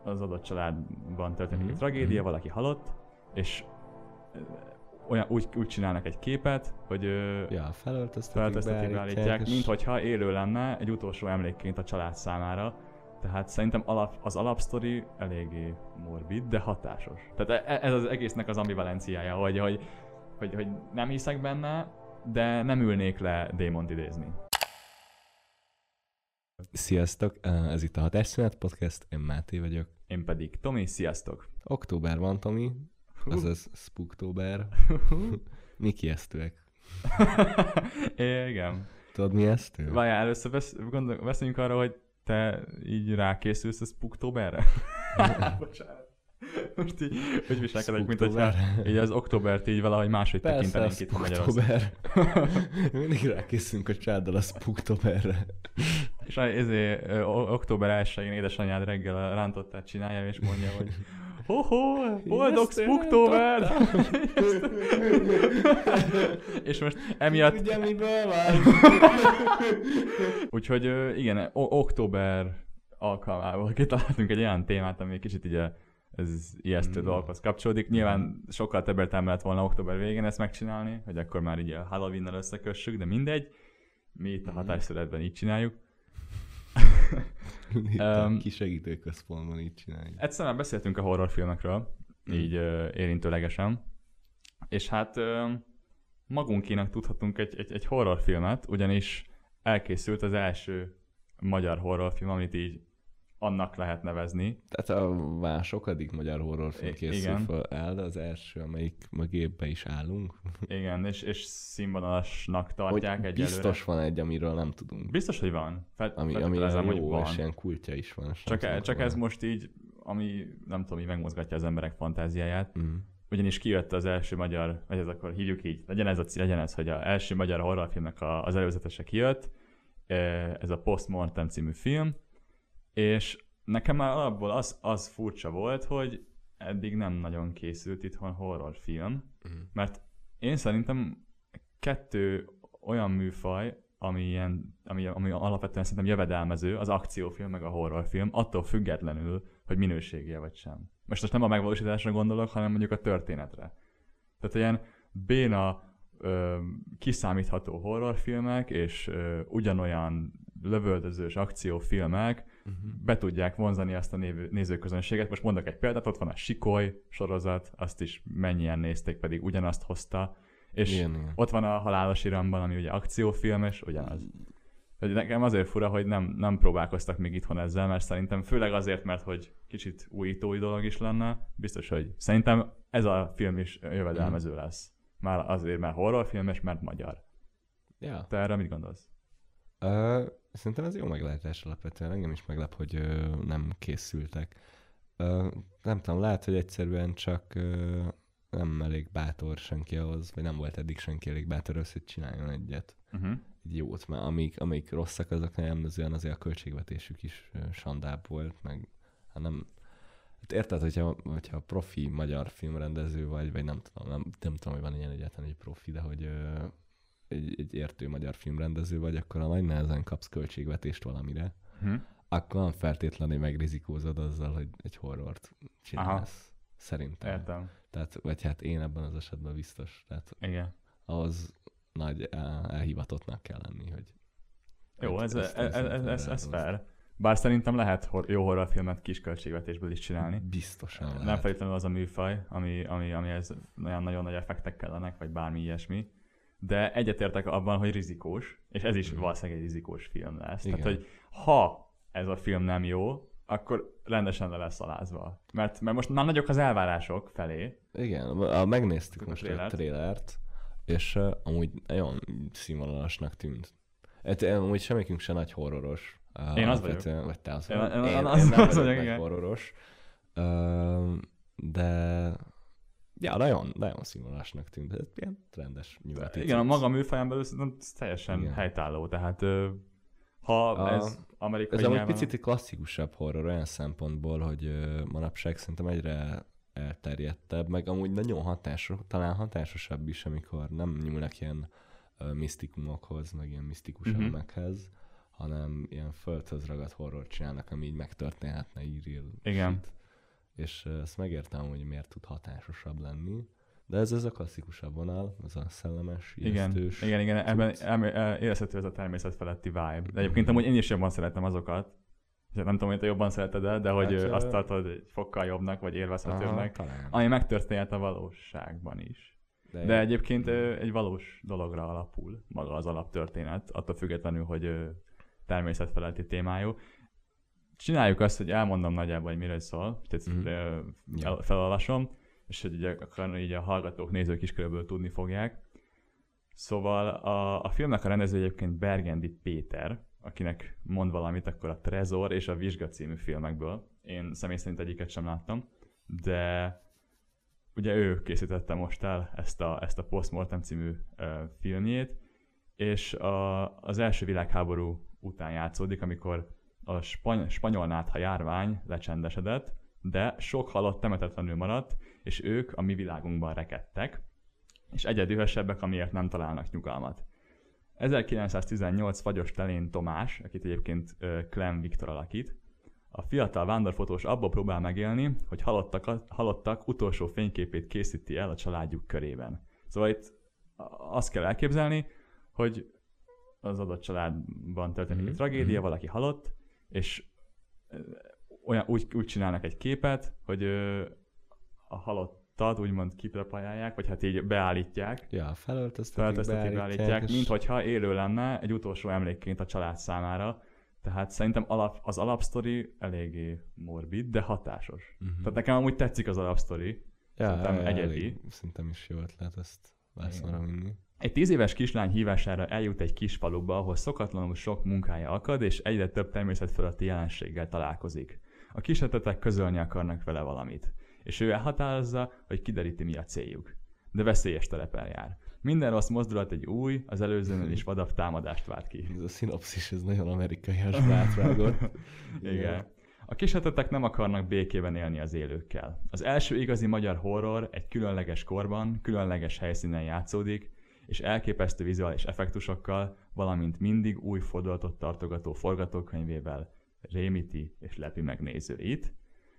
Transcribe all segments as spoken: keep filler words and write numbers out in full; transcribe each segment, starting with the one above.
az adott családban történik Mhm. egy tragédia, Mhm. valaki halott, és ö, olyan, úgy, úgy csinálnak egy képet, hogy ö, Ja, felöltöztetik, feltöztetik, beállítják, és... mint hogyha élő lenne egy utolsó emlékként a család számára. Tehát szerintem alap, az alapsztori eléggé morbid, de hatásos. Tehát e- ez az egésznek az ambivalenciája, hogy, hogy, hogy, hogy nem hiszek benne, de nem ülnék le démont idézni. Sziasztok, ez itt a Hatásszünet Podcast, én Máté vagyok. Én pedig Tomi, sziasztok! Október van, Tomi, azaz Spooktóber. Mi ijesztőek? Igen. Tudod, mi ijesztő? Várjál, először vesz, gondol, beszéljünk arra, hogy te így rákészülsz a Spooktoberre? Bocsánat. Most így úgy viselkedek, mint hogyha így az októbert így valahogy máshogy tekintenénk itt Magyarországon. Mindig rákészülünk a családdal a Spooktoberre. És ezért október elsején édesanyád reggel a rántottát csinálja, és mondja, hogy ho-ho, boldog Spooktober! És most emiatt... Ugye, miből van? Úgyhogy igen, október alkalmával kitaláltunk egy olyan témát, ami kicsit így a ez ijesztő mm. dolgokhoz kapcsolódik. Nyilván sokkal több értelme lett volna október végén ezt megcsinálni, hogy akkor már így a Halloween-nal összekössük, de mindegy. Mi itt a hatásszületben így csináljuk. um, Kisegítő központban így csináljuk. Egyszerűen beszéltünk a horrorfilmekről, mm. így uh, érintőlegesen. És hát uh, magunkénak tudhatunk egy, egy, egy horrorfilmet, ugyanis elkészült az első magyar horrorfilm, amit így annak lehet nevezni. Tehát a már sokadik magyar horrorfilm készül fel el, de az első, amelyik mögébe is állunk. Igen, és, és színvonalasnak tartják egyelőre. Biztos van egy, amiről nem tudunk. Biztos, hogy van. Fel, ami ami jó, van. És ilyen kultja is van. Csak, csak ez most így, ami nem tudom, így megmozgatja az emberek fantáziáját. Mm. Ugyanis kijött az első magyar, vagy ez akkor hívjuk így, legyen ez, a, legyen ez hogy az első magyar horrorfilmnek a, az előzetese kijött. Ez a Postmortem című film. És nekem már alapból az, az furcsa volt, hogy eddig nem nagyon készült itthon horrorfilm, uh-huh. mert én szerintem kettő olyan műfaj, ami, ilyen, ami, ami alapvetően szerintem jövedelmező, az akciófilm meg a horrorfilm, attól függetlenül, hogy minősége vagy sem. Most most nem a megvalósításra gondolok, hanem mondjuk a történetre. Tehát ilyen béna, ö, kiszámítható horrorfilmek és ö, ugyanolyan lövöldözős akciófilmek uh-huh. be tudják vonzani azt a név- nézőközönséget. Most mondok egy példát, ott van a Sikoly sorozat, azt is mennyien nézték, pedig ugyanazt hozta. És ilyen, ilyen. ott van a Halálos Iramban, ami ugye akciófilm, és ugyanaz. Hogy nekem azért fura, hogy nem, nem próbálkoztak még itthon ezzel, mert szerintem főleg azért, mert hogy kicsit újítói dolog is lenne, biztos, hogy szerintem ez a film is jövedelmező lesz. Már azért, mert horrorfilm, és mert magyar. Ja. Te erre mit gondolsz? Uh, szerintem ez jó meglátás alapvetően. Engem is meglep, hogy uh, nem készültek. Uh, nem tudom, lehet, hogy egyszerűen csak uh, nem elég bátor senki ahhoz, vagy nem volt eddig senki elég bátor ahhoz, hogy csináljon egyet. Uh-huh. Egy jót, mert amik, amik rosszak, azok jellemzően azért a költségvetésük is uh, sandább volt, meg hát nem... Hát érted, hogyha, hogyha profi magyar filmrendező vagy, vagy nem tudom, nem, nem tudom, hogy van ilyen egyáltalán egy profi, de hogy... Uh, Egy, egy értő magyar filmrendező vagy, akkor a nagy nehezen kapsz költségvetést valamire, hmm. akkor nem feltétlenül megrizikózod azzal, hogy egy horrort csinálsz. Aha. Szerintem. Értem. Tehát, vagy hát én ebben az esetben biztos. Tehát igen. ahhoz nagy el, elhivatottnak kell lenni, hogy... Jó, ez, ez, ez, ez, ez, ez fair. Bár szerintem lehet hor- jó horrorfilmet kis költségvetésből is csinálni. Biztosan Nem lehet. feltétlenül az a műfaj, ami, ami, ami ez nagyon, nagyon nagy effektek kellenek, vagy bármi ilyesmi. De egyetértek abban, hogy rizikós, és ez is valószínűleg egy rizikós film lesz. Igen. Tehát, hogy ha ez a film nem jó, akkor rendesen le lesz alázva. Mert, mert most már nagyok az elvárások felé. Igen, a, megnéztük a most trélert. a trélert, és uh, amúgy nagyon színvonalasnak tűnt. Hát, amúgy semmikünk se nagy horroros. Uh, én az vagyok. Vagy te az én, vagy. Én, én, az, én nem az vagyok vagyok, nagy horroros. Uh, de... Ja, nagyon, nagyon színvonalasnak tűnt. Ez ilyen rendes nyugati. Igen, a maga műfaján belül teljesen igen. helytálló. Tehát ha a, ez amerikai Ez amúgy nyelven... picit klasszikusabb horror olyan szempontból, hogy manapság szerintem egyre elterjedtebb, meg amúgy nagyon hatásos, talán hatásosabb is, amikor nem nyúlnak ilyen uh, misztikumokhoz, meg ilyen misztikus mm-hmm. elemekhez, hanem ilyen földhöz ragadt horror csinálnak, ami így megtörténhetne íril. Igen. és ezt megértem, hogy miért tud hatásosabb lenni. De ez ez a klasszikusabb vonal, ez a szellemes, ijesztős. Igen, igen, igen, ebben érezhető ez a természet feletti vibe. De egyébként amúgy én is jobban szeretem azokat. Nem tudom, hogy te jobban szereted, de hogy hát, azt tartod egy fokkal jobbnak, vagy élvezhetőbbnek, ami megtörténhet a valóságban is. De, de egyébként mm. egy valós dologra alapul maga az alaptörténet, attól függetlenül, hogy természetfeletti témájú. Csináljuk azt, hogy elmondom nagyjából, hogy miről szól, mm. felolvasom, és hogy így a, így a hallgatók, nézők is körülbelül tudni fogják. Szóval a, a filmnek a rendező egyébként Bergendi Péter, akinek mond valamit, akkor a Trezor és a Vizsga című filmekből. Én személy szerint egyiket sem láttam, de ugye ő készítette most el ezt a, ezt a Postmortem című uh, filmjét, és a, az első világháború után játszódik, amikor a spany- spanyol nátha járvány lecsendesedett, de sok halott temetetlenül maradt, és ők a mi világunkban rekedtek, és egyedülesebbek, amiért nem találnak nyugalmat. ezerkilencszáztizennyolc fagyos telén Tomás, akit egyébként uh, Clem Viktor alakít, a fiatal vándorfotós abból próbál megélni, hogy halottak, halottak utolsó fényképét készíti el a családjuk körében. Szóval itt azt kell elképzelni, hogy az adott családban történik mm-hmm. egy tragédia, valaki halott, és olyan, úgy, úgy csinálnak egy képet, hogy ö, a halottat úgymond kiprepajálják, vagy hát így beállítják. Ja, felöltöztetik, felöltöztetik beállítják, beállítják és... mint hogyha élő lenne egy utolsó emlékként a család számára. Tehát szerintem alap, az alapsztori eléggé morbid, de hatásos. Uh-huh. Tehát nekem amúgy tetszik az alapsztori. Ja, szerintem ja, egyedi. Elég, szerintem is jó ötlet ezt vászonra vinni. Egy tíz éves kislány hívására eljut egy kis faluba, ahol szokatlanul sok munkája akad, és egyre több természet fölötti jelenséggel találkozik. A kísértetek közölni akarnak vele valamit, és ő elhatározza, hogy kideríti, mi a céljuk. De veszélyes terepen jár. Minden rossz mozdulat egy új, az előzőnél is vadabb támadást vált ki. Ez a szinopszis, ez nagyon amerikaias bátrágott. Igen. A kísértetek nem akarnak békében élni az élőkkel. Az első igazi magyar horror egy különleges korban, különleges helyszínen játszódik, és elképesztő vizuális effektusokkal, valamint mindig új fordulatot tartogató forgatókönyvével rémíti és lepi meg nézőit.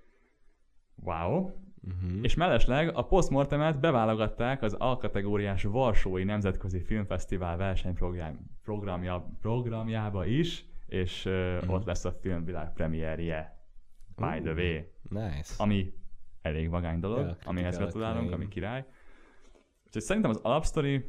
Wow! Uh-huh. És mellesleg a Postmortemet beválogatták az A-kategóriás Varsói Nemzetközi Filmfesztivál versenyprogramja, programjába is, és uh-huh. ott lesz a film világpremierje. By uh, the way. Nice. Ami elég vagány dolog, ja, amihez gratulálunk, ami király. Úgyhogy szerintem az alapsztori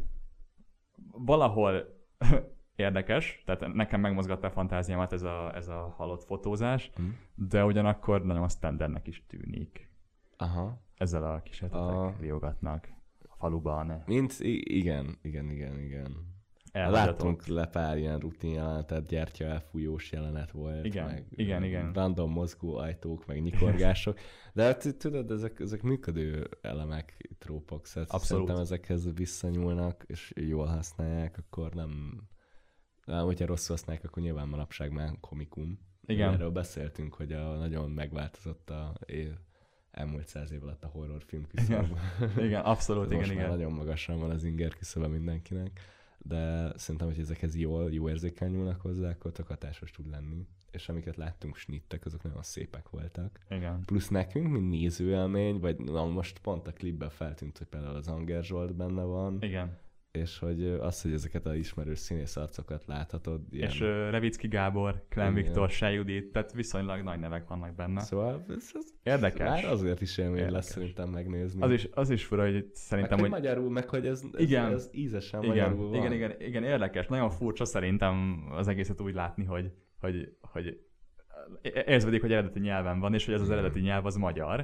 valahol érdekes, tehát nekem megmozgatta a fantáziámat ez a, ez a halott fotózás, uh-huh. de ugyanakkor nagyon standardnek is tűnik. Aha. Ezzel a kísérletek a... riogatnak a faluban. Mint, igen, igen, igen, igen. Láttunk le pár ilyen rutin jelenetet, gyertya elfújós jelenet volt, igen, meg igen, igen. random mozgó ajtók, meg nyikorgások. De hát, tudod, ezek, ezek működő elemek, trópok, szóval szerintem ezekhez visszanyúlnak, és jól használják, akkor nem... De hogyha rosszul használják, akkor nyilván manapság már komikum. Igen. Erről beszéltünk, hogy a, nagyon megváltozott a él. elmúlt száz év alatt a horrorfilm küszöb. Igen, igen, abszolút, igen, igen. Nagyon magasan van az inger küszöbe mindenkinek, de szerintem, hogy ezekhez jól, jó érzékeny nyúlnak hozzá, akkor tök hatásos tud lenni. És amiket láttunk snittek, azok nagyon szépek voltak. Igen. Plusz nekünk, mint nézőélmény, vagy na, most pont a klipben feltűnt, hogy például az Anger Zsolt benne van. Igen. És hogy az, hogy ezeket az ismerős színész arcokat láthatod. Ilyen... És uh, Revicki Gábor, Clem Viktor, Se Judit, tehát viszonylag nagy nevek vannak benne. Szóval ez, ez érdekes. Már azért is élmény érdekes. Lesz szerintem megnézni. Az is, az is fura, hogy szerintem, meg, hogy... magyarul, meg hogy ez, ez, igen. ez ízesen igen. magyarul van. Igen, igen, igen, érdekes. Nagyon furcsa szerintem az egészet úgy látni, hogy, hogy, hogy érződik, hogy eredeti nyelven van, és hogy ez az eredeti nyelv az magyar.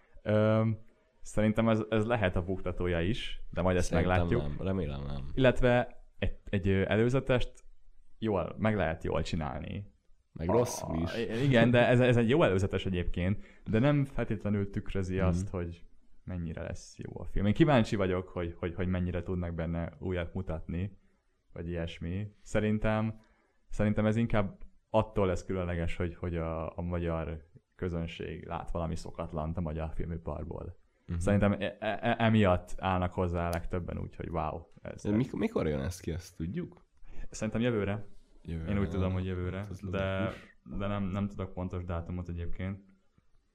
Üm, Szerintem ez, ez lehet a buktatója is, de majd ezt Szerintem meglátjuk. Nem, remélem nem. Illetve egy, egy előzetest jól, meg lehet jól csinálni. Meg rossz a, is. Igen, de ez, ez egy jó előzetes egyébként, de nem feltétlenül tükrözi mm. azt, hogy mennyire lesz jó a film. Én kíváncsi vagyok, hogy, hogy, hogy mennyire tudnak benne újat mutatni, vagy ilyesmi. Szerintem, szerintem ez inkább attól lesz különleges, hogy, hogy a, a magyar közönség lát valami szokatlant a magyar filmiparból. Uh-huh. Szerintem e- e- emiatt állnak hozzá a legtöbben úgy, hogy wow. Ez mikor, mikor jön ez ki, ezt tudjuk? Szerintem jövőre. jövőre Én úgy tudom, hogy jövőre. De, de nem, nem tudok pontos dátumot egyébként.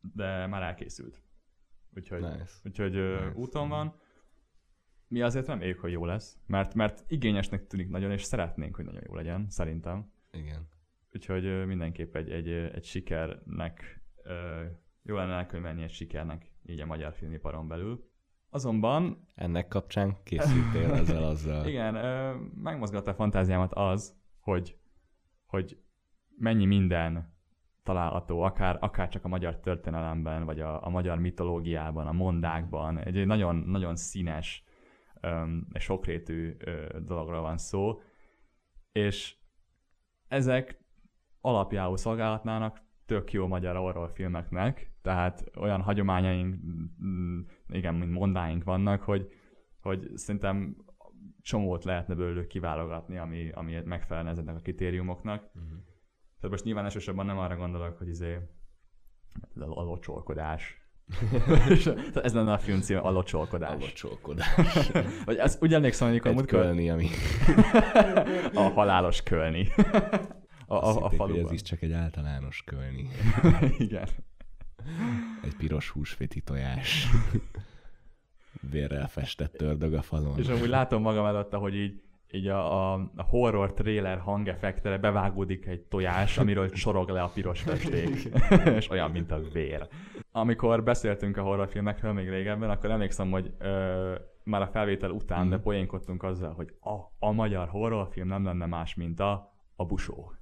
de már elkészült. Úgyhogy, Nice. úgyhogy Nice. úton van. Mi azért reméljük, hogy jó lesz, mert, mert igényesnek tűnik nagyon, és szeretnénk, hogy nagyon jó legyen, szerintem. Igen. Úgyhogy mindenképp egy, egy, egy sikernek, jó lenne elkönyvelni egy sikernek így a magyar filmiparon belül. Azonban... Ennek kapcsán készültél ezzel azzal. Igen, megmozgatta a fantáziámat az, hogy, hogy mennyi minden található, akár, akár csak a magyar történelemben, vagy a, a magyar mitológiában, a mondákban. Egy nagyon, nagyon színes, és sokrétű dologról van szó, és ezek alapjául szolgálhatnának tök jó magyar horrorfilmeknek, tehát olyan hagyományaink, igen, mint mondáink vannak, hogy, hogy szerintem csomót lehetne belőlük kiválogatni, ami, ami megfelelne ezeknek a kritériumoknak. Uh-huh. Tehát most nyilván elsősorban nem arra gondolok, hogy izé a locsolkodás. Ez lenne a film címe, a locsolkodás. A locsolkodás. Vagy ez, úgy emlékszem, hogy egy kölni, ami... a halálos kölni. A, a, a faluban. Hogy ez is csak egy általános kölni. Igen. Egy piros húsvéti tojás. Vérrel festett ördög a falon. És amúgy látom magam előtte, hogy így, így a, a, a horror trailer hangeffektere bevágódik egy tojás, amiről sorog le a piros festék. És olyan, mint a vér. Amikor beszéltünk a horrorfilmekről még régebben, akkor emlékszem, hogy ö, már a felvétel után, mm. de poénkodtunk azzal, hogy a, a magyar horrorfilm nem lenne más, mint a, a Busó.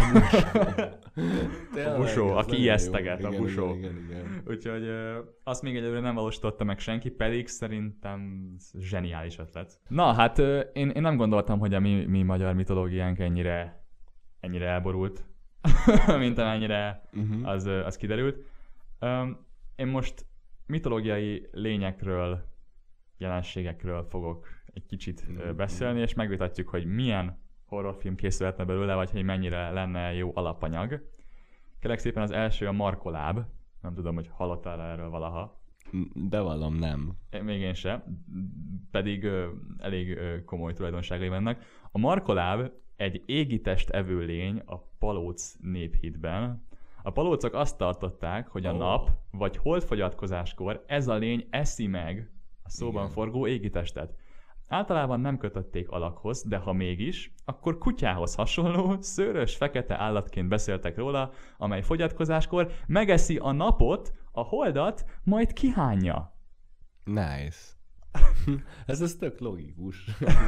A Busó, aki ijeszteget, a Busó. Igen, igen, igen. Úgyhogy ö, azt még egyelőre nem valósította meg senki, pedig szerintem zseniális ötlet. Na, hát ö, én, én nem gondoltam, hogy a mi, mi magyar mitológiánk ennyire, ennyire elborult, mint amennyire uh-huh. az, az kiderült. Um, én most mitológiai lényekről, jelenségekről fogok egy kicsit uh, beszélni, és megvitatjuk, hogy milyen horrorfilm készülhetne belőle, vagy hogy mennyire lenne jó alapanyag. Kérlek szépen az első a Markoláb. Nem tudom, hogy hallottál erről valaha. Bevallom, nem. Még én sem, pedig uh, elég uh, komoly tulajdonságai vannak. A Markoláb egy égitest evő lény a Palóc néphitben. A palócok azt tartották, hogy a oh. nap vagy holdfogyatkozáskor ez a lény eszi meg a szóban Igen. forgó égitestet. Általában nem kötötték alakhoz, de ha mégis, akkor kutyához hasonló, szőrös, fekete állatként beszéltek róla, amely fogyatkozáskor megeszi a napot, a holdat, majd kihányja. Nice. ez ez tök logikus.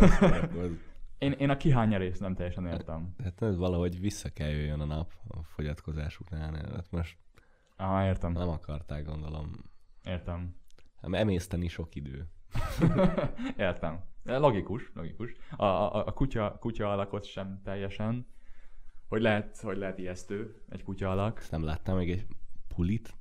Én, én a kihányja részt nem teljesen értem. Hát ez valahogy vissza kell jöjjön a nap a fogyatkozás után. Hát most ah, értem. Nem akarták, gondolom. Értem. Hát emészteni sok idő. Értem. Logikus, logikus. A, a, a kutya, kutya alakot sem teljesen. Hogy lehet, hogy lehet ijesztő egy kutya alak. Ezt nem láttam még egy pulit?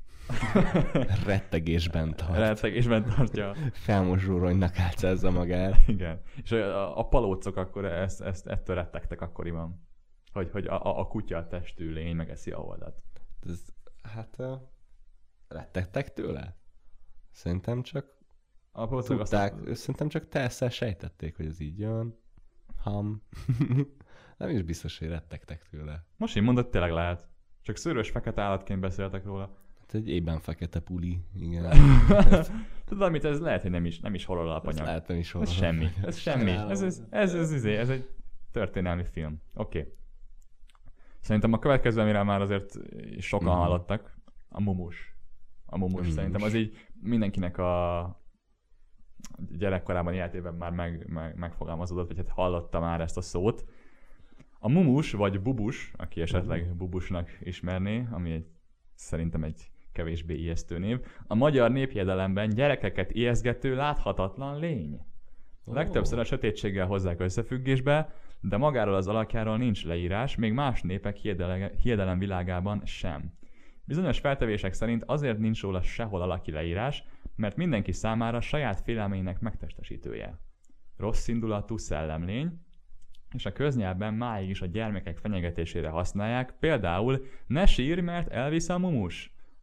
Rettegésben tart. Rettegésben tartja. Felmosúronynak álcázza magát. Igen. És a, a palócok akkor ezt, ezt, ettől rettegtek akkoriban. Hogy, hogy a, a kutya testű lény megeszi a holdat. Ez, hát uh, rettegtek tőle? Szerintem csak a tudták, aztán... szerintem csak telszel sejtették, hogy ez így jön. Ham. Nem is biztos, hogy rettegtek tőle. Most én mondod, tényleg lehet. Csak szőrös fekete állatként beszéltek róla. Hát egy ében fekete puli, igen. Tudod, amit ez lehet, hogy nem is, nem is horror alapanyag. Ez lehet, nem is horror. Ez semmi. Ez semmi. Ez, ez, ez, ez, ez, ez egy történelmi film. Oké. Okay. Szerintem a következő, amire már azért sokan mm. hallottak, a Mumus. A Mumus. Mm. Szerintem az így mindenkinek a gyerekkorában életében már meg, meg, megfogalmazódott, vagy hát hallotta már ezt a szót. A Mumus, vagy Bubus, aki esetleg Bubusnak ismerné, ami egy, szerintem egy kevésbé ijesztő név, a magyar néphiedelemben gyerekeket ijesztgető láthatatlan lény. Oh. Legtöbbször a sötétséggel hozzák összefüggésbe, de magáról az alakjáról nincs leírás, még más népek hiedelem világában sem. Bizonyos feltevések szerint azért nincs róla sehol alaki leírás, mert mindenki számára saját félelmeinek megtestesítője. Rossz indulatú szellemlény, és a köznyelvben máig is a gyermekek fenyegetésére használják, például ne sírj, mert elvisz a mumus.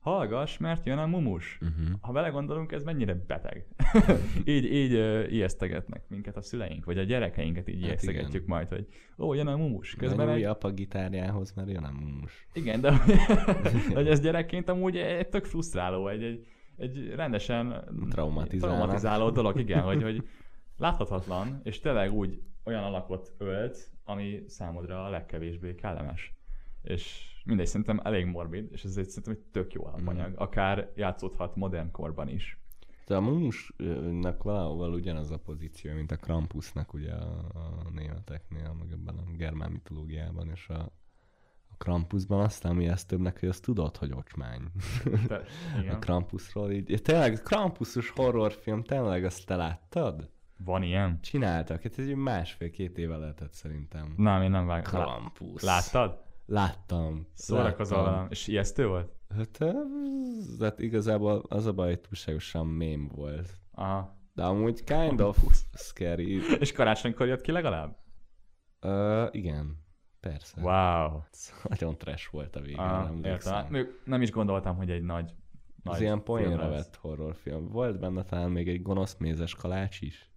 hallgass, mert jön a mumus. Uh-huh. Ha belegondolunk, ez mennyire beteg. így így uh, ijesztegetnek minket a szüleink, vagy a gyerekeinket így hát ijesztegetjük igen. majd, hogy ó, jön a mumus. Közben egy... apa gitárjához, mert jön a mumus. Igen, de hogy ez gyerekként amúgy egy tök frusztráló, egy, egy, egy rendesen traumatizáló dolog, igen, hogy, hogy láthatatlan, és tényleg úgy olyan alakot ölt, ami számodra a legkevésbé kellemes. És mindegy, szerintem elég morbid, és ez egy szerintem egy tök jó alapanyag. Mm. Akár játszódhat modern korban is. De a mumusnak valahol ugyanaz a pozíció, mint a Krampusnak ugye a, a németeknél, meg ebben a germán mitológiában, és a, a Krampusban aztán mi ezt többnek, hogy azt tudod, hogy ocsmány. Te, a Krampusról így. Tényleg, Krampusos horrorfilm, tényleg azt te láttad? Van ilyen? Csináltak, ez egy másfél-két éve lehetett szerintem. Nem, én nem vágtam. Krampus. Láttad? Láttam. Szórakozol, és ijesztő volt? Hát, hát igazából az a baj, hogy túlságosan mém volt. Aha. De amúgy kind of scary. És karácsonykor jött ki legalább? Uh, igen, persze. Wow. Nagyon trash volt a végén, ah, emlékszem. Nem is gondoltam, hogy egy nagy Ez ilyen poénra vett horrorfilm. Volt benne talán még egy gonosz mézes kalács is.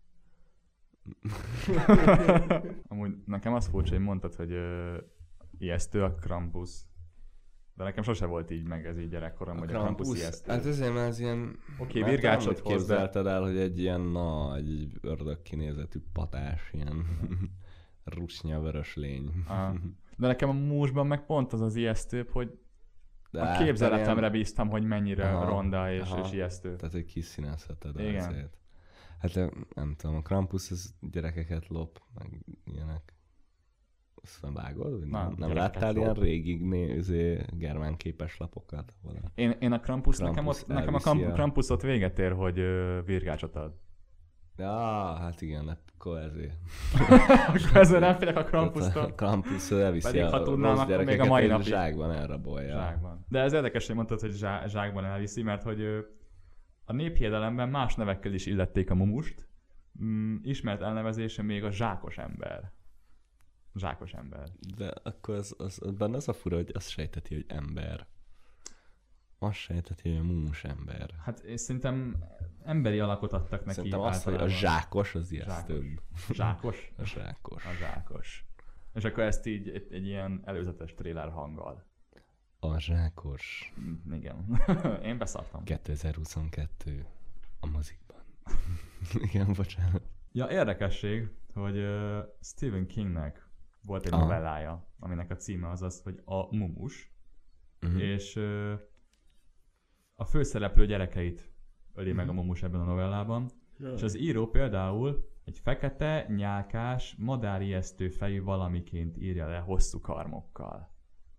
Amúgy nekem az furcsa, hogy mondtad, hogy uh, ijesztő a Krampus. De nekem sose volt így meg ez így gyerekkorom, a hogy Krampus, a Krampus ijesztő. Hát ezért már az ilyen... Oké, okay, virgácsot hoz, képzelted el, hogy egy ilyen nagy ördög kinézetű patás, ilyen rusnya vörös lény. Aha. De nekem a músban meg pont az az ijesztőbb, hogy de a képzeletemre ilyen... bíztam, hogy mennyire aha, ronda és, és ijesztő. Tehát, hogy kiszínezheted igen. Azért. Hát nem tudom, a Krampus az gyerekeket lop, meg ilyenek. Azt nem vágod? Na, nem nem láttál lop. Ilyen régi néző germán képeslapokat? Én, én a Krampus, Krampus nekem, ott, nekem a Kramp, Krampusot véget ér, hogy uh, virgácsot ad. Ja, hát igen, akkor ezért. Akkor ezért nem félek a Krampusztól. A Krampus elviszi pedig, a rossz gyerekeket, még a mai napig zsákban elrabolja. Zsákban. De ez érdekes, hogy mondtad, hogy zsá, zsákban elviszi, mert hogy uh, a néphiedelemben más nevekkel is illették a mumust. Mm, ismert elnevezése még a zsákos ember. Zsákos ember. De akkor az, az, az benne az a fura, hogy azt sejteti, hogy ember. Azt sejteti, hogy a mumus ember. Hát én szerintem emberi alakot adtak neki. Szerintem azt, hogy a zsákos az ijesztőbb. Zsákos? A zsákos. A zsákos. És akkor ezt így egy, egy ilyen előzetes trailer hanggal. A zsákos. Igen. Én beszartam. kétezer-huszonkettő a mozikban. Igen, bocsánat. Ja, érdekesség, hogy uh, Stephen Kingnek volt egy ah. novellája, aminek a címe az az, hogy A mumus, uh-huh. és uh, a főszereplő gyerekeit öli uh-huh. meg a mumus ebben a novellában, yeah. és az író például egy fekete, nyálkás, madárijesztő fejű valamiként írja le hosszú karmokkal.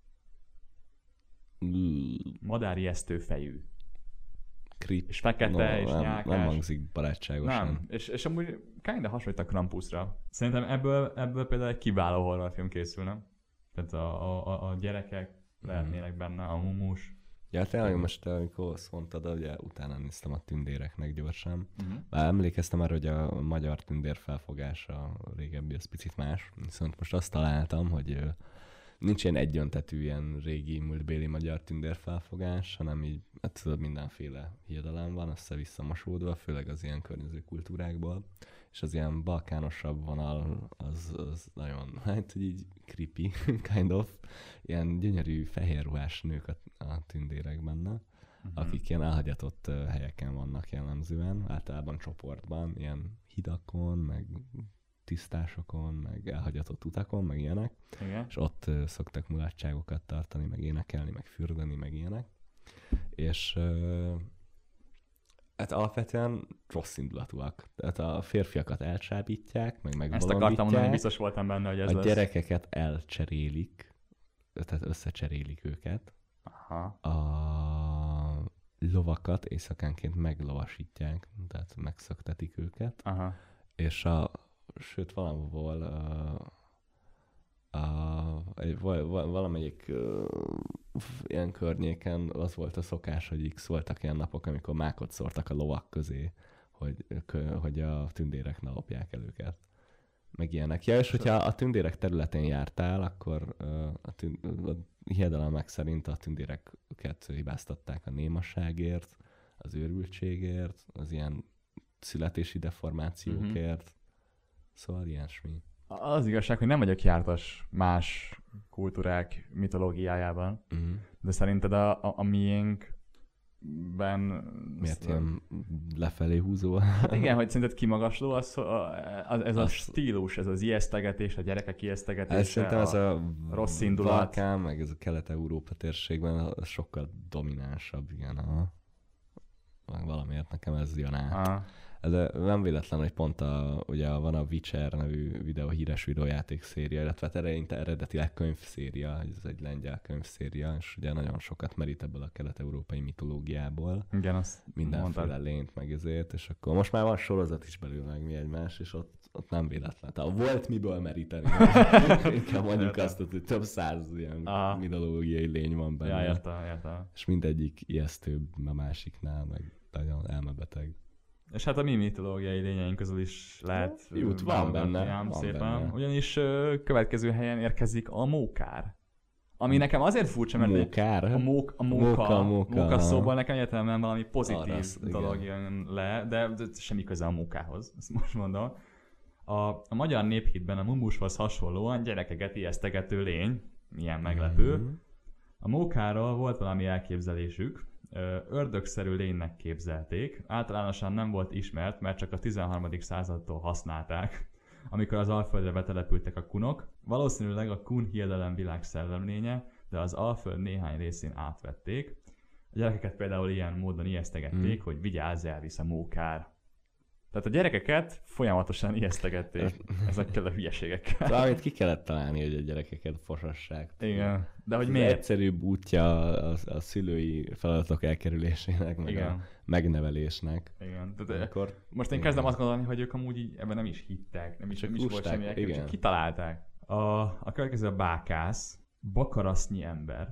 Mm. Madárijesztő fejű. Creep. És fekete, no, és nem, nyálkás. Nem hangzik barátságosan. Nem, és, és amúgy kinda hasonlít a Krampusra. Szerintem ebből, ebből például egy kiváló horrorfilm készülne. Tehát a, a, a gyerekek lehetnének benne, a mumus. Ja, tényleg most, amikor azt mondtad, ugye utána néztem a tündéreknek gyorsan. Uh-huh. Bár emlékeztem arra, hogy a magyar tündér felfogása a régebbi, az picit más. Viszont most azt találtam, hogy nincs ilyen egyöntetű ilyen régi múltbéli magyar tündér felfogás, hanem így, hát tudod, mindenféle hiedelem van, össze-vissza mosódva, főleg az ilyen környező kultúrákból. És az ilyen balkánosabb vonal, az, az nagyon, hát így creepy, kind of. Ilyen gyönyörű fehérruhás nők a, a tündérek benne, uh-huh. akik ilyen elhagyatott helyeken vannak jellemzően, általában csoportban, ilyen hidakon, meg tisztásokon, meg elhagyatott utakon, meg ilyenek. Igen. És ott uh, szoktak mulatságokat tartani, meg énekelni, meg fürdeni, meg ilyenek. És uh, hát alapvetően rossz indulatúak. Tehát a férfiakat elcsábítják, meg megbolondítják. Ezt akartam mondani, biztos voltam benne, hogy ez A lesz. gyerekeket elcserélik, tehát összecserélik őket. Aha. A lovakat éjszakánként meglovasítják, tehát megszöktetik őket. Aha. És a, sőt valahol a, a, egy, valamelyik uh, ilyen környéken az volt a szokás, hogy X voltak ilyen napok, amikor mákot szórtak a lovak közé, hogy, hogy a tündérek ne lopják el őket. Meg ilyenek. Ja, és hogyha a tündérek területén jártál, akkor uh, a tünd, hiedelmek szerint a tündéreket hibáztatták a némaságért, az őrültségért, az ilyen születési deformációkért. Uh-huh. Szóval ilyesmi. Az igazság, hogy nem vagyok jártas más kultúrák mitológiájában, uh-huh. de szerinted a, a, a miénkben... Miért ilyen lefelé húzó? Hát igen, hogy szerinted kimagasló az, az, ez a az... stílus, ez az ijesztegetés, a gyerekek ijesztegetése, szerintem ez a, a rossz indulat. Balkán, meg ez a Kelet-Európa térségben sokkal dominánsabb, igen. A... Valamiért nekem ez jön át. Aha. De nem véletlen, hogy pont a, ugye van a Witcher nevű videó, híres videójáték széria, illetve hát eleinte eredetileg könyvszéria, ez egy lengyel könyvszéria, és ugye nagyon sokat merít ebből a kelet-európai mitológiából. Igen, azt mindenféle mondtad. lényt meg ezért, és akkor most már van sorozat is belül meg mi egymás, és ott, ott nem véletlen. Tehát volt miből meríteni. Inkább mondjuk azt, hogy több száz ilyen Aha. mitológiai lény van benne. Ja, értem, értem. És mindegyik ijesztőbb a másiknál, meg nagyon elmebeteg. És hát a mi mitológiai lényeink közül is lehet... Jut, van benne. Van szépen. Benne. Ugyanis ö, következő helyen érkezik a mókár. Ami nekem azért furcsa, mert mókár? a, mók, a móka, móka, móka, móka szóból nekem egyáltalán valami pozitív Arrasz, dolog jön le, de, de semmi köze a mókához, ezt most mondom. A, a magyar néphitben a mumushoz hasonlóan gyerekeket ijesztegető lény, milyen meglepő. Mm-hmm. A mókáról volt valami elképzelésük, ördögszerű lénynek képzelték. Általánosan nem volt ismert, mert csak a tizenharmadik századtól használták, amikor az Alföldre betelepültek a kunok. Valószínűleg a kun hiedelem világ szellemlénye, de az Alföld néhány részén átvették. A gyerekeket például ilyen módon ijesztegették, hmm. hogy vigyázz, elvisz a mókár. Tehát a gyerekeket folyamatosan ijesztegették ezekkel a hülyeségekkel. Valamit ki kellett találni, hogy a gyerekeket fosassák. Igen. De hogy ez miért? Egyszerűbb útja a, a szülői feladatok elkerülésének, meg Igen. a megnevelésnek. Igen. Tehát Akkor, most én igen. kezdem azt gondolni, hogy ők amúgy így ebben nem is hittek, nem is, nem is volt semmi, csak kitalálták. A, a következő a bákász, bakarasznyi ember.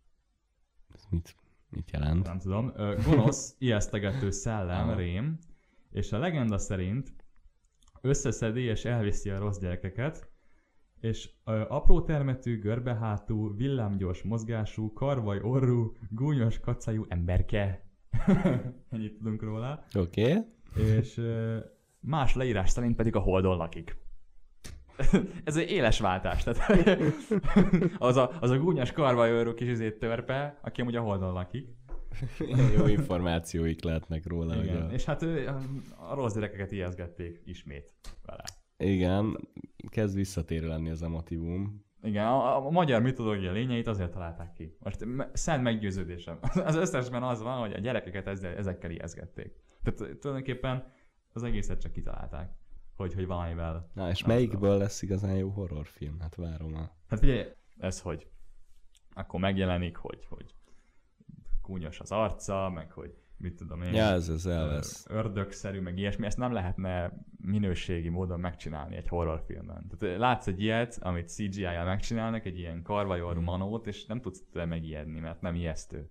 Ez mit, mit jelent? Nem tudom. Gonosz, ijesztegető szellem, ah. rém, és a legenda szerint összeszedi és elviszi a rossz gyerekeket, és ö, apró termetű, görbehátú, villámgyors mozgású, karvaj orrú, gúnyos kacájú emberke. Ennyit tudunk róla. Oké. Okay. És ö, más leírás szerint pedig a Holdon lakik. Ez egy éles váltás. Tehát az, a, az a gúnyos karvaj orrú kis izét törpe, aki amúgy a Holdon lakik. Jó információik lehetnek róla. Igen, a... és hát a, a rossz gyerekeket ijeszgették ismét vele. Igen, kezd visszatérő lenni az a motivum. Igen, a, a magyar mitológia lényeit azért találták ki. Most szent meggyőződésem. Az összesben az van, hogy a gyerekeket ezzel, ezekkel ijeszgették. Tehát tulajdonképpen az egészet csak kitalálták, hogy, hogy valamivel... Na és melyikből tudom. Lesz igazán jó horrorfilm? Hát várom a... Hát figyelj, ez hogy? Akkor megjelenik, hogy... hogy gúnyos az arca, meg hogy mit tudom én, ja, ez, ez elvesz. Ördögszerű, meg ilyesmi, ezt nem lehetne minőségi módon megcsinálni egy horrorfilmben. Tehát látsz egy ilyet, amit cé gé í-jal megcsinálnak, egy ilyen karvajorú manót, és nem tudsz tőle megijedni, mert nem ijesztő.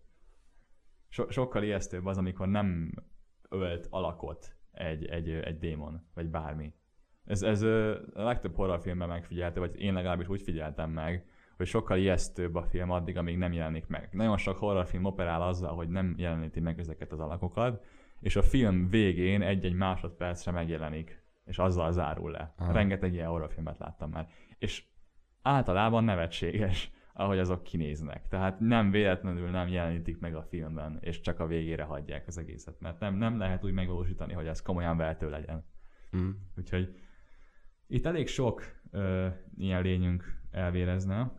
So- sokkal ijesztőbb az, amikor nem ölt alakot egy, egy, egy démon, vagy bármi. Ez, ez a legtöbb horrorfilmben megfigyelhető, vagy én legalábbis úgy figyeltem meg, hogy sokkal ijesztőbb a film addig, amíg nem jelenik meg. Nagyon sok horrorfilm operál azzal, hogy nem jeleníti meg ezeket az alakokat, és a film végén egy-egy másodpercre megjelenik, és azzal zárul le. Aha. Rengeteg ilyen horrorfilmet láttam már. És általában nevetséges, ahogy azok kinéznek. Tehát nem véletlenül nem jelenítik meg a filmben, és csak a végére hagyják az egészet, mert nem, nem lehet úgy megvalósítani, hogy ez komolyan vehető legyen. Mm. Úgyhogy itt elég sok ö, ilyen lényünk elvérezne.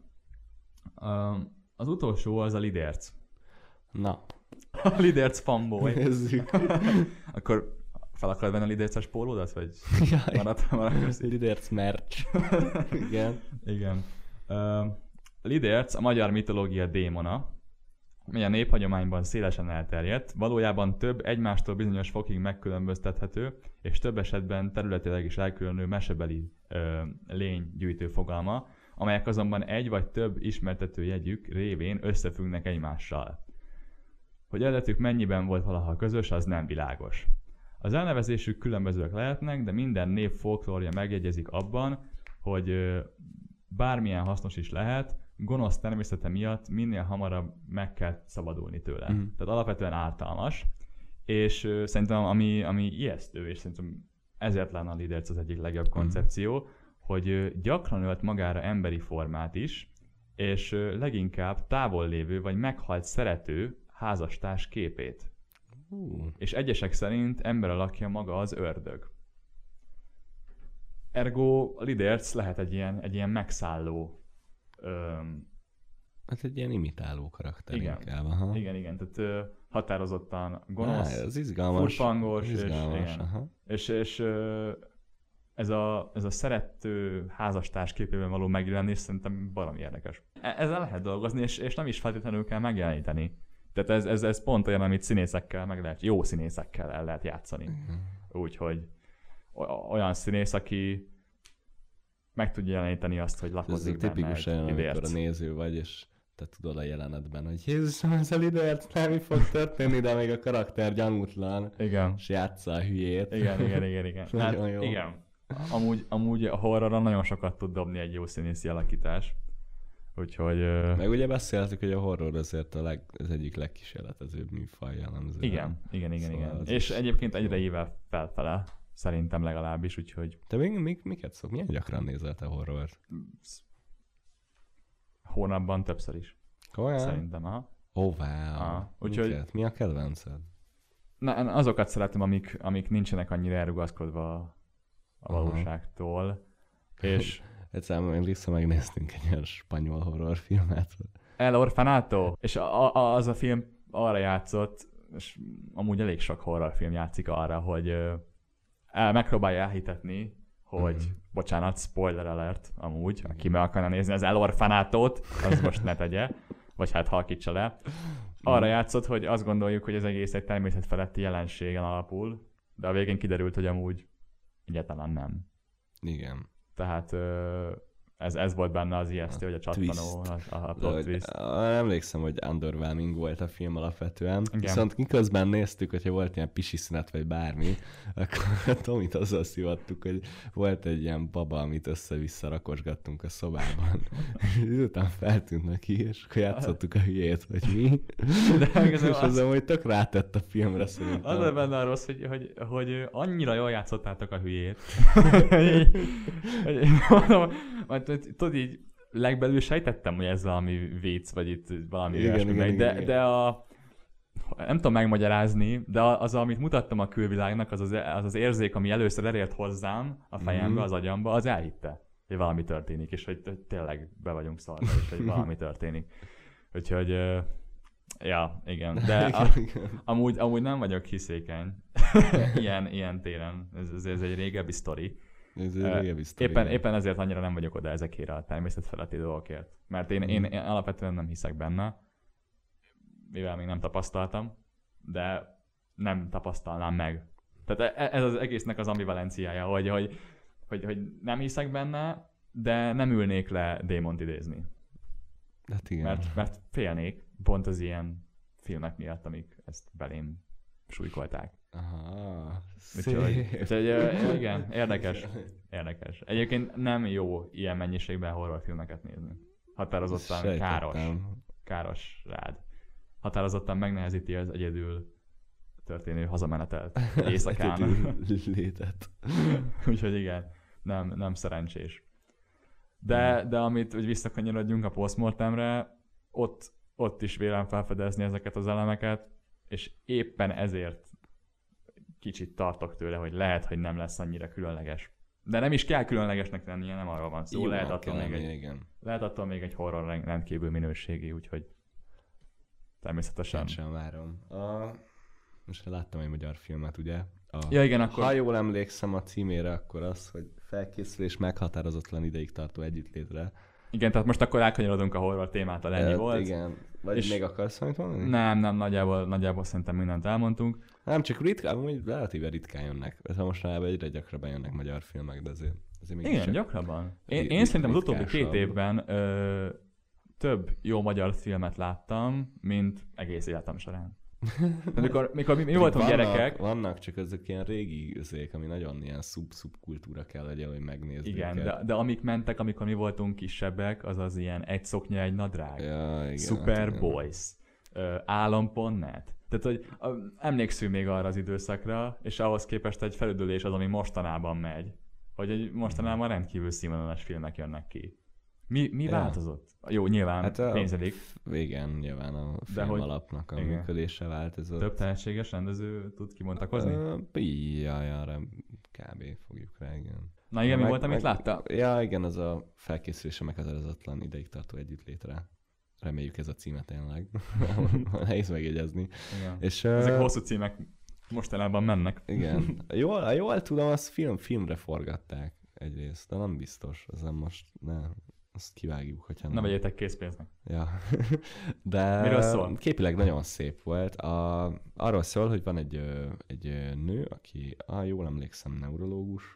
Uh, az utolsó az a Liderc. Na. A Liderc fanboy. Nézzük. Akkor fel akarod venni a Liderces pólódat, vagy maradt? Liderc merch. Igen. Igen. Uh, Liderc a magyar mitológia démona, mely a néphagyományban szélesen elterjedt, valójában több egymástól bizonyos fokig megkülönböztethető, és több esetben területileg is elkülönülő mesebeli uh, lénygyűjtő fogalma, amelyek azonban egy vagy több ismertető jegyük révén összefüggnek egymással. Hogy eredetük mennyiben volt valaha közös, az nem világos. Az elnevezésük különbözőek lehetnek, de minden nép folklórja megjegyezik abban, hogy bármilyen hasznos is lehet, gonosz természete miatt minél hamarabb meg kell szabadulni tőle. Mhm. Tehát alapvetően ártalmas, és ö, szerintem ami, ami ijesztő, és szerintem ezért lenne a Liderc az egyik legjobb koncepció, hogy ö, gyakran ölt magára emberi formát is, és ö, leginkább távol lévő vagy meghalt szerető házastárs képét. Uh. És egyesek szerint ember alakja maga az ördög. Ergo a Liderc lehet egy ilyen, egy ilyen megszálló. Öm, Hát egy ilyen imitáló karakter igen, inkább. Aha. igen, igen, tehát ö, határozottan gonosz, Á, ez izgalmas. furfangos, és, izgalmas, igen. aha. és, és ö, ez, a, ez a szerető házastárs képében való megjelenés szerintem baromi érdekes. E- ezzel lehet dolgozni, és, és nem is feltétlenül kell megjeleníteni. Tehát ez, ez, ez pont olyan, amit színészekkel meg lehet, jó színészekkel el lehet játszani. Úgyhogy olyan színész, aki meg tudja jeleníteni azt, hogy Ez lakozik a tipikus benne olyan, egy amikor a Liderc. néző vagy, és te tudod a jelenetben, hogy Jézusom, ez a Liderc, nem mi fog történni, de még a karakter gyanútlan, Igen. és játsza a hülyét. Igen, igen, igen, igen. Hát, Nagyon jó. igen. Amúgy, amúgy a horrorra nagyon sokat tud dobni egy jó színészi alakítás. Úgyhogy... ö, Meg ugye beszéltük, hogy a horror azért a leg, az egyik legkísérletezőbb műfaj jellemzően. Igen, igen, igen, Szóval igen. az És is- egyébként egyre éve felfele, szerintem legalábbis, úgyhogy Te még, még miket szok? Milyen gyakran nézel te horrort? hónapban többször is. Komolyan? Szerintem, aha. Oh, wow. Aha, úgyhogy- Miket? Mi a kedvenced? Na, azokat szeretem, amik, amik nincsenek annyira elrugaszkodva a Aha. valóságtól. És Egyszer emlékszem, megnéztünk egy ilyen spanyol horrorfilmet. El Orfanato, és a, a, az a film arra játszott, és amúgy elég sok horrorfilm játszik arra, hogy ö, el, megpróbálja elhitetni, hogy, Mhm. bocsánat, spoiler alert amúgy, aki meg akarna nézni az El Orfanatót, az most ne tegye, vagy hát halkítsa le. Arra játszott, hogy azt gondoljuk, hogy az egész egy természetfeletti jelenségen alapul, de a végén kiderült, hogy amúgy egyáltalán nem. Igen. Tehát ö, ez, ez volt benne az ijesztő, hogy a csattanó, a, a plot Hogy, twist. á, emlékszem, hogy underwhelming volt a film alapvetően. Igen. Viszont miközben néztük, hogyha volt ilyen pisiszünet vagy bármi, akkor Tomit azzal szivattuk, hogy volt egy ilyen baba, amit össze-vissza rakosgattunk a szobában. És után feltűnt neki, és akkor játszottuk a hülyét, vagy mi. De és az amúgy tök rátett a filmre szerintem. Az a benne a rossz, hogy, hogy, hogy annyira jól játszottátok a hülyét. hogy, mondom, majd tudod így, legbelül sejtettem, hogy ez valami vicc, vagy itt valami Igen, olyasmi igen, megy, igen, de, igen. de a, nem tudom megmagyarázni, de az, amit mutattam a külvilágnak, az az, az, az érzék, ami először elért hozzám a fejembe, Mhm. az agyamba, az elhitte, hogy valami történik, és hogy, hogy tényleg be vagyunk szarva, és hogy valami történik. Úgyhogy, ö, ja, igen, de a, Igen, igen. amúgy, amúgy nem vagyok hiszékeny ilyen, ilyen téren, ez, ez, ez egy régebbi sztori. Ez Ö, egy régebbi sztori, Éppen, igen. éppen ezért annyira nem vagyok oda ezekére a természetfeletti dolgokért. Mert én, én, én alapvetően nem hiszek benne, mivel még nem tapasztaltam, de nem tapasztalnám meg. Tehát e- ez az egésznek az ambivalenciája, hogy, hogy, hogy, hogy nem hiszek benne, de nem ülnék le démont idézni. Hát igen. Mert, mert félnék pont az ilyen filmek miatt, amik ezt belém súlykolták. Aha, Úgyhogy, szép. úgyhogy ö, igen, érdekes. Érdekes. Egyébként nem jó ilyen mennyiségben horrorfilmeket nézni. Határozottan Sejtettem. káros. Káros rád. Határozottan megnehezíti az egyedül történő hazamenetelt éjszakán. Egyedül létet. Úgyhogy igen, nem, nem szerencsés. De, de amit, hogy visszakanyarodjunk a postmortemre, ott, ott is vélem felfedezni ezeket az elemeket, és éppen ezért kicsit tartok tőle, hogy lehet, hogy nem lesz annyira különleges. De nem is kell különlegesnek lennie, nem arról van szó. Jó, lehet, kell attól még lennie, egy, igen. lehet attól még egy horror rend- rendkívül minőségi, úgyhogy természetesen. Én sem várom. A... Most láttam egy magyar filmet, ugye? A... Ja igen, akkor... Ha jól emlékszem a címére, akkor az, hogy felkészülés meghatározatlan ideig tartó együttlétre. Igen, tehát most akkor elkanyarodunk a horror témától, ennyi Hát volt. Igen. Vagy És- még akarsz valamit mondani? Nem, nem, nagyjából, nagyjából szerintem mindent elmondtunk. Nem, csak ritkán, amúgy relatíve ritkán jönnek. Ez mostanában egyre gyakrabban jönnek magyar filmek, de azért, azért mégis Igen, csak- gyakrabban. Én, Rit- én szerintem az utóbbi két ritkásabb. évben ö, több jó magyar filmet láttam, mint egész életem során. Mikor, mikor mi, mi voltunk vannak, gyerekek... Vannak, csak ezek ilyen régi üzék, ami nagyon ilyen szub-szubkultúra kell legyen, hogy megnézni. Igen, de, de amik mentek, amikor mi voltunk kisebbek, az az ilyen egy szoknya, egy nadrág. Ja, igen, Super hát Boys. állam pont net. Tehát, hogy emlékszünk még arra az időszakra, és ahhoz képest egy felüdülés az, ami mostanában megy. Hogy egy mostanában rendkívül színvonalas filmek jönnek ki. Mi, mi ja. változott? Jó, nyilván hát pénzelik. Igen, nyilván a film hogy, alapnak a igen. működése változott. Több tehetséges rendező tud kibontakozni? Uh, ja, arra kb. Fogjuk rá, igen. Na igen, mi volt, amit láttál? Ja, igen, az a felkészülése meghatározatlan ideig tartó együttlétre. Reméljük ez a címe tényleg. Nehéz megjegyezni. És, ezek uh, hosszú címek mostanában mennek. Igen. Jól, jól tudom, azt film, filmre forgatták egyrészt, de nem biztos. Ezen most ne, azt kivágjuk, hogyha nem. Ne vegyétek készpénznek. Ja. De miről szól? Képileg nagyon szép volt. A, arról szól, hogy van egy, egy nő, aki, ah, jól emlékszem, neurológus,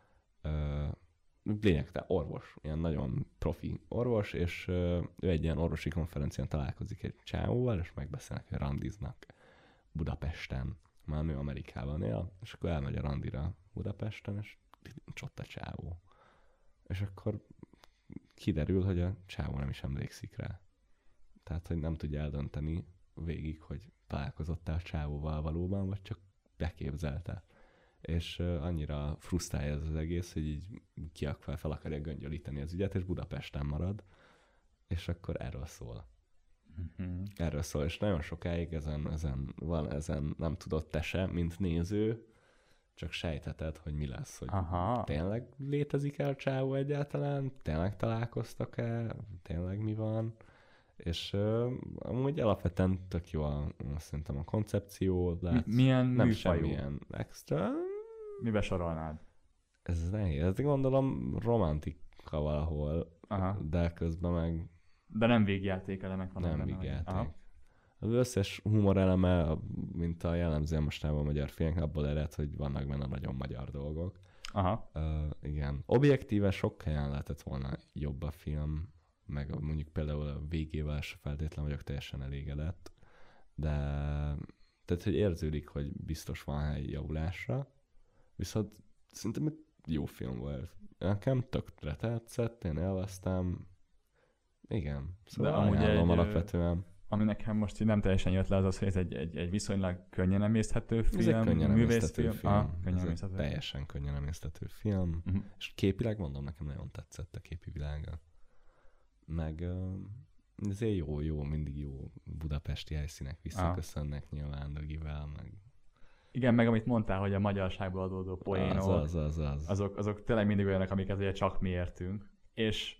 lényegtelen orvos, ilyen nagyon profi orvos, és ő egy ilyen orvosi konferencián találkozik egy csávóval, és megbeszélnek, hogy randiznak Budapesten. Már nő Amerikában él, és akkor elmegy a randira Budapesten, és csott a csávó. És akkor kiderül, hogy a csávó nem is emlékszik rá. Tehát, hogy nem tudja eldönteni végig, hogy találkozott-e a csávóval valóban, vagy csak beképzelte. És uh, annyira frusztrálja ez az egész, hogy így kiakval fel akarja göngyölíteni az ügyet, és Budapesten marad, és akkor erről szól. Mm-hmm. Erről szól, és nagyon sokáig ezen, ezen, van, ezen nem tudott te se, mint néző, csak sejtheted, hogy mi lesz, hogy aha. Tényleg létezik-e a csávó egyáltalán, tényleg találkoztak-e, tényleg mi van, és uh, amúgy alapvetően tök jó a, szerintem a koncepció, Mi, milyen nem műfajú? semmilyen extra. Mibe sorolnád? Ez nehéz, de gondolom romantika valahol, aha. De közben meg... De nem végjáték elemek vannak. Nem végjáték. Az összes humor eleme, mint a jellemzően mostában a magyar filmek, abból ered, hogy vannak benne nagyon magyar dolgok. Aha. Uh, igen. Objektíven sok helyen lehetett volna jobb a film, meg mondjuk például a végével se feltétlen vagyok teljesen elégedett, de tehát, hogy érződik, hogy biztos van hely javulásra, viszont szerintem egy jó film volt. Nekem tökre tetszett, én élveztem, igen, szóval de amúgy ajánlom egy, alapvetően. Ami nekem most így nem teljesen jött le, az az, hogy ez egy, egy, egy viszonylag könnyen emészthető film, ez egy könnyen emészthető film. Ah, könnyen emészthető. Teljesen könnyen emészthető film, uh-huh. És képileg mondom, nekem nagyon tetszett a képi világa. Meg ezért jó, jó, mindig jó budapesti helyszínek visszaköszönnek ah. nyilván Dögivel, meg... Igen, meg amit mondtál, hogy a magyarságból adódó poénok, az, az, az, az. Azok, azok tényleg mindig olyanok, amiket ugye csak mi értünk. És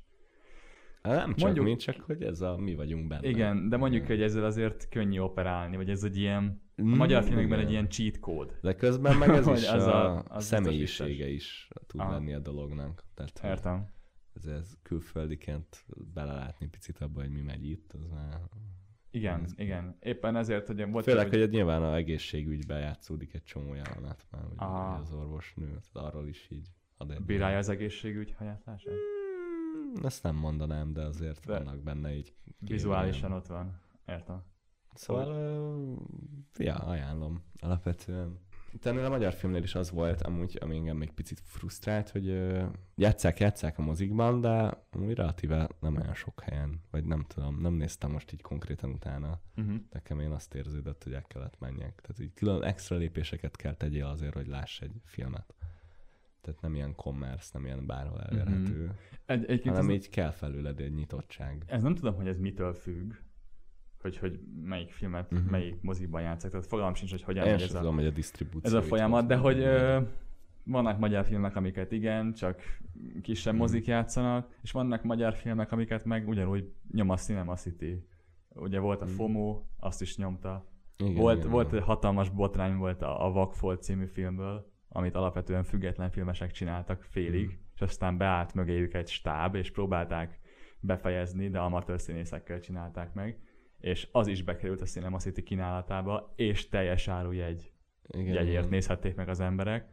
nem csak mondjuk, mi, csak hogy ez a mi vagyunk benne. Igen, de mondjuk, igen. Hogy ezzel azért könnyű operálni, vagy ez egy ilyen, a mm, magyar filmekben igen. Egy ilyen cheat code. De közben meg ez is az a, a személyisége is tud ah. lenni a dolognak. Tehát, értem. Ez, ez külföldiként belelátni picit abba, hogy mi megy itt, az már... Igen, ez igen. Éppen ezért, hogy... Volt főleg, hogy, hogy nyilván a egészségügyben játszódik egy csomó jelenet már, hogy az orvosnő, arról is így ad egy... Bírálja az egészségügy hajátlását? Mm, ezt nem mondanám, de azért de vannak benne így... Vizuálisan ott van. Értem. Szóval, uh, ja, ajánlom alapvetően. Utána a magyar filmnél is az volt, amúgy, ami engem még picit frusztrált, hogy uh, játsszák, játsszák a mozikban, de amúgy relatíve nem olyan sok helyen, vagy nem tudom, nem néztem most így konkrétan utána. Uh-huh. Nekem én azt érződött, hogy el kellett menjek. Tehát így külön extra lépéseket kell tegyél azért, hogy láss egy filmet. Tehát nem ilyen commerce, nem ilyen bárhol elérhető, uh-huh. egy, egy, hanem ez így kell felüled egy nyitottság. Ez nem tudom, hogy ez mitől függ. Hogy, hogy melyik filmet, uh-huh. melyik mozikban játszak. Tehát fogalmam sincs, hogy hogyan megy ez, tudom, hogy a disztribúció ez a folyamat, de hogy ö, vannak magyar filmek, amiket igen, csak kisebb uh-huh. mozik játszanak, és vannak magyar filmek, amiket meg ugyanúgy nyom a Cinema City. Ugye volt a uh-huh. FOMO, azt is nyomta. Igen, volt, igen, volt egy hatalmas botrány volt a, a Vakfolt című filmből, amit alapvetően független filmesek csináltak félig, uh-huh. és aztán beállt mögéjük egy stáb, és próbálták befejezni, de amatőr színészekkel csinálták meg. És az is bekerült a Cinema City kínálatába, és teljes árujegy jegyért nézhették meg az emberek.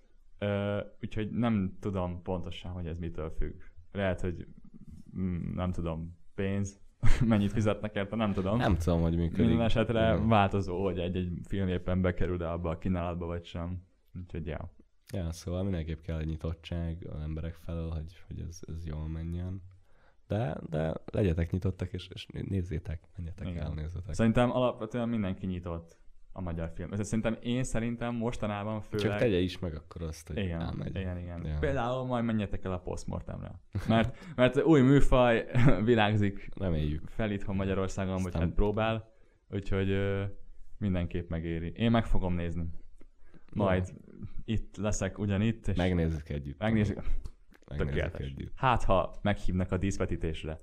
Ö, úgyhogy nem tudom pontosan, hogy ez mitől függ. Lehet, hogy mm, nem tudom, pénz, mennyit fizetnek érte, nem tudom. Nem tudom, hogy működik. Minden esetre Igen. változó, hogy egy-egy film éppen bekerül-e abba a kínálatba, vagy sem. Úgyhogy ja. Ja, szóval mindenképp kell egy nyitottság az emberek felől, hogy, hogy ez, ez jól menjen. De, de legyetek nyitottak, és, és nézzétek, menjetek Igen. el, nézzetek. Szerintem alapvetően mindenki nyitott a magyar film. Ez szerintem én szerintem mostanában főleg... Csak tegye is meg akkor azt, hogy Igen, elmegy. igen, igen. Ja. Például majd menjetek el a Postmortemre. Mert, mert új műfaj virágzik Reméljük. fel itthon Magyarországon, vagy Aztán- hát próbál. Úgyhogy ö, mindenképp megéri. Én meg fogom nézni. Majd itt leszek ugyanitt, és Megnézzük együtt. megnézzük. Megnézzük Tökéletes. együtt. Hát, ha meghívnak a díszvetítésre.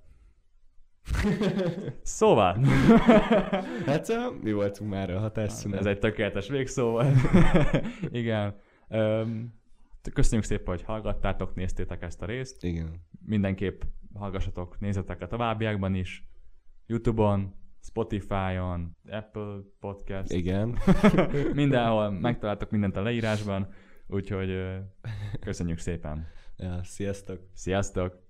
Szóval, Hát szóval mi voltunk már a hatásszünet. ez egy tökéletes végszó volt. Igen. Öm, Köszönjük szépen, hogy hallgattátok, néztétek ezt a részt. Igen. Mindenképp hallgassatok, nézzetek a továbbiakban is. YouTube-on, Spotify-on, Apple Podcast. Igen. Mindenhol megtaláltok mindent a leírásban. Úgyhogy ö, köszönjük szépen. Ja, sziasztok. Sziasztok!